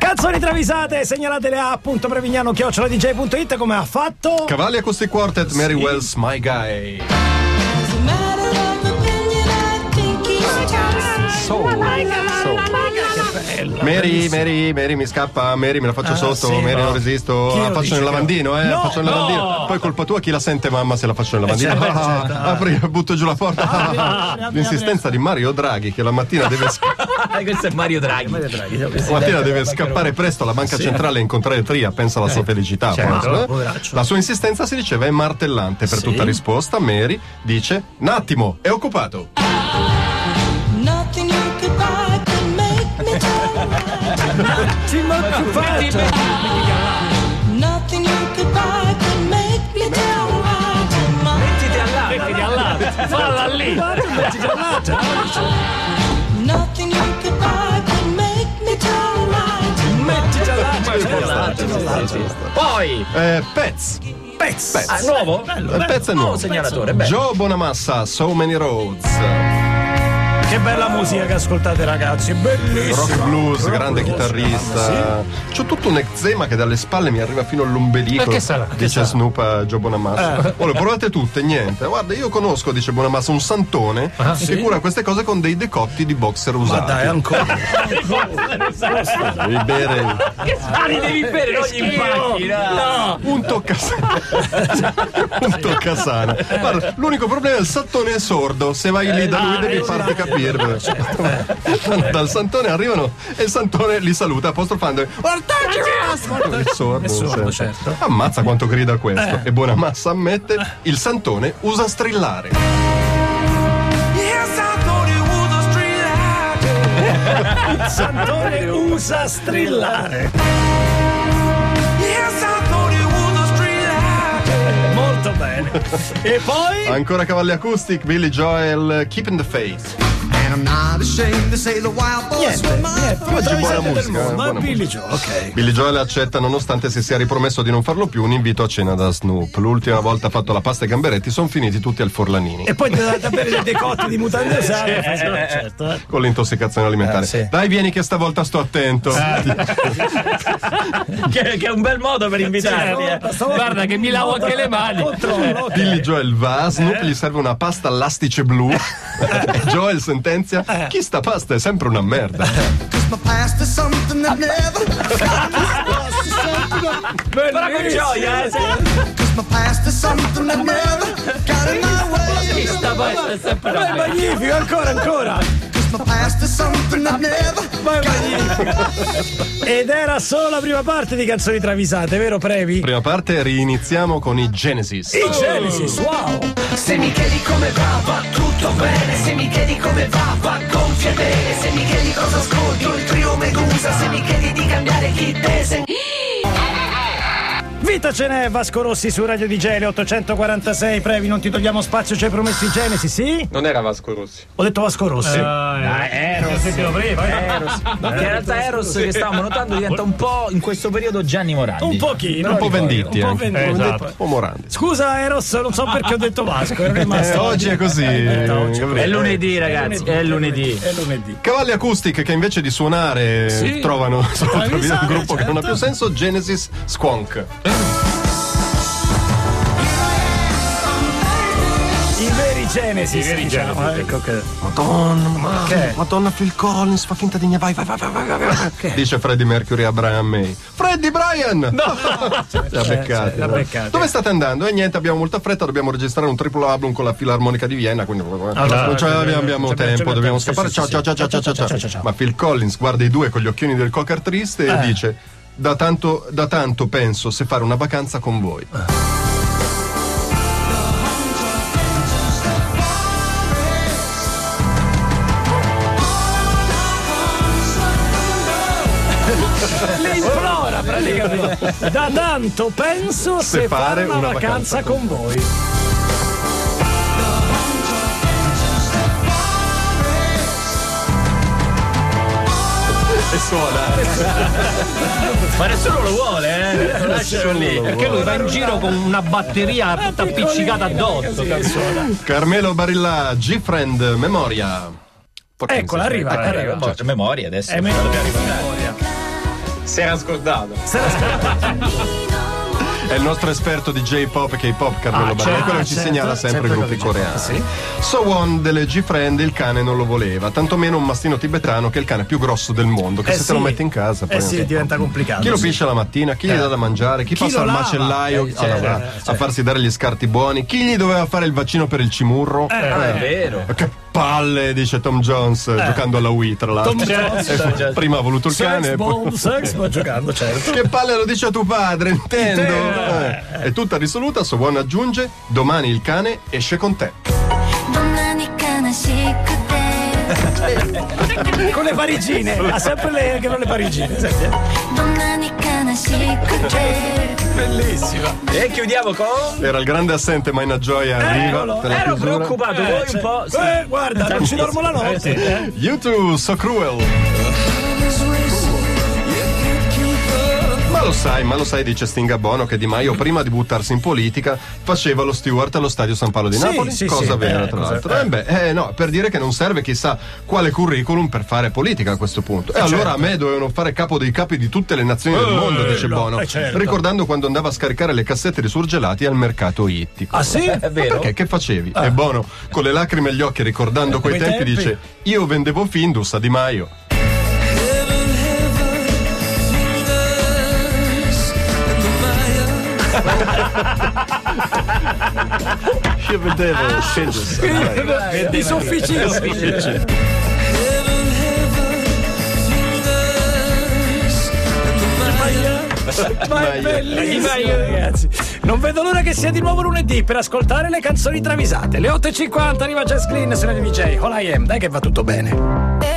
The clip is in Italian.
Canzoni travisate, segnalatele a @prevignano@dj.it come ha fatto Cavalli Acoustic Quartet, Mary Wells, My Guy. Mary mi scappa, Mary me la faccio sotto, sì, Mary no. non resisto, Chi la lo faccio dice nel lavandino, no, faccio nel lavandino. Poi colpa tua, chi la sente mamma se la faccio nel lavandino? certo. Apri, butto giù la porta. L'insistenza di Mario Draghi che la mattina deve Questo è Mario Draghi. la mattina deve scappare presto alla banca centrale e incontrare Tria, pensa alla sua felicità. Certo. Forse. La sua insistenza, si diceva, è martellante. Per tutta risposta Mary dice: un attimo, è occupato. Nothing you could buy could make me turn right. Nothing you could buy could make me turn right. Mettiti all'altro, falla lì. Mettiti all'altro. Nothing you could buy could make me turn right. Mettiti all'altro. Poi Pets. nuovo? Il pezzo è nuovo. Segnalatore, bello. Joe Bonamassa, So Many Roads. Che bella musica che ascoltate, ragazzi, bellissima. Rock blues, grande chitarrista. C'ho tutto un eczema che dalle spalle mi arriva fino all'ombelico. Che sarà? Dice Snoop a Joe Bonamassa. Le provate tutte, niente. Guarda, io conosco, dice Bonamassa, un santone che cura queste cose con dei decotti di boxer usati. Ma dai, ancora. Devi bere Che spari devi bere, non gli impacchi, no. un toccasana. Un toccasana. Guarda, l'unico problema è il santone è sordo. Se vai lì da lui devi farti capire. Dal santone arrivano e il santone li saluta apostrofando il sordo, sordo, sente. certo. Ammazza quanto grida questo. E Bonamassa ammette: il santone usa strillare. Il santone usa strillare. Molto bene. E poi? Ancora cavalli acoustic, Billy Joel, Keeping the Faith. Niente, Oggi buona musica, Ma buona Billy Joel, ok. Billy Joel accetta, nonostante si sia ripromesso di non farlo più, un invito a cena da Snoop. L'ultima volta ha fatto la pasta e gamberetti, sono finiti tutti al Forlanini. E poi ti date a bere dei decotti di mutande usate. Certo. Con l'intossicazione alimentare. Sì. Dai, vieni che stavolta sto attento. Che è un bel modo per invitarti. Guarda che mi lavo anche le mani. Controllo. Billy Joel va, Snoop gli serve una pasta all'astice blu e Joel sentenzia: chi sta pasta è sempre una merda. Però con gioia, Questa pasta è sempre Ma è magnifico, ancora. Ma è magnifico. Ed era solo la prima parte di Canzoni travisate, vero Previ? Prima parte, reiniziamo con i Genesis. I Genesis, wow. Se mi chiedi come va tutto bene. Se mi chiedi come va gonfia bene. Se mi chiedi cosa ascolto, il trio Medusa. Se mi chiedi di cambiare chi te Vita ce n'è, Vasco Rossi su Radio DJ, le 846. Previ, non ti togliamo spazio, ci hai promesso i Genesi, sì? Non era Vasco Rossi. Ho detto Vasco Rossi. Eros. Che in realtà Eros, che stavamo notando, diventa un po' in questo periodo Gianni Morandi. Un pochino. Un po' Venditti Un po' anche. Venditti. Un po' Morandi. Scusa Eros, non so perché ho detto Vasco, è rimasto. Oggi è così. È lunedì, ragazzi, è lunedì. È lunedì. Cavalli Acoustic che invece di suonare trovano un gruppo che non ha più senso, Genesis Squonk. I veri Genesis. Diciamo. Ecco che. Madonna, Phil Collins fa finta di vai. Dice Freddie Mercury a Brian May. Freddie Brian! L'ha beccati. l'ha beccati. Dove state andando? E niente, abbiamo molta fretta, dobbiamo registrare un triplo album con la Filarmonica di Vienna, quindi non abbiamo tempo, dobbiamo scappare. Ciao. Ma Phil Collins guarda i due con gli occhioni del cocker triste e dice: da tanto penso se fare una vacanza con voi. Le implora praticamente. Da tanto penso se fare una vacanza con voi. E suona. Ma nessuno lo vuole, lascialo lì. Perché lui va in giro con una batteria tutta appiccicata addosso. Carmelo Barilla, G-Friend, Memoria. Eccola, arriva. Memoria adesso. È memoria. Si era scordato. È il nostro esperto di J-pop e K-pop, Carmelo Barbieri, quello che ci segnala sempre i gruppi coreani. Sì. Sowon delle G-Friend il cane non lo voleva, tantomeno un mastino tibetano che è il cane più grosso del mondo, che se te lo metti in casa poi sì, diventa complicato. chi lo piscia la mattina, chi gli dà da mangiare, chi passa al macellaio a farsi dare gli scarti buoni, chi gli doveva fare il vaccino per il cimurro. È vero. Che palle, dice Tom Jones giocando alla Wii, tra l'altro. Prima ha voluto il cane ma giocando, certo. che palle, lo dice a tuo padre, intendo. E tutta risoluta, Sowon aggiunge: domani il cane esce con te. Con le parigine, ha sempre lei anche con le parigine. Bellissima. E chiudiamo con. Era il grande assente Maina Gioia, arriva. Ero preoccupato, voi un po'. Guarda, non ci dormo la notte. YouTube, So Cruel. Ma lo sai, dice Sting a Bono, che Di Maio prima di buttarsi in politica faceva lo steward allo stadio San Paolo di Napoli. Cosa vera, tra l'altro. No, per dire che non serve chissà quale curriculum per fare politica a questo punto. E allora a me dovevano fare capo dei capi di tutte le nazioni del mondo, dice Bono, ricordando quando andava a scaricare le cassette di surgelati al mercato ittico. Ah sì? È vero? Perché? Che facevi? E Bono, con le lacrime agli occhi, ricordando quei tempi, dice: io vendevo Findus a Di Maio. Io vedevo Findus. Di sofficissimi. Ma è bellissimo, ragazzi. Non vedo l'ora che sia di nuovo lunedì per ascoltare le canzoni travisate. Le 8:50 arriva Jazz Clean, sono di DJ. All I Am, dai che va tutto bene.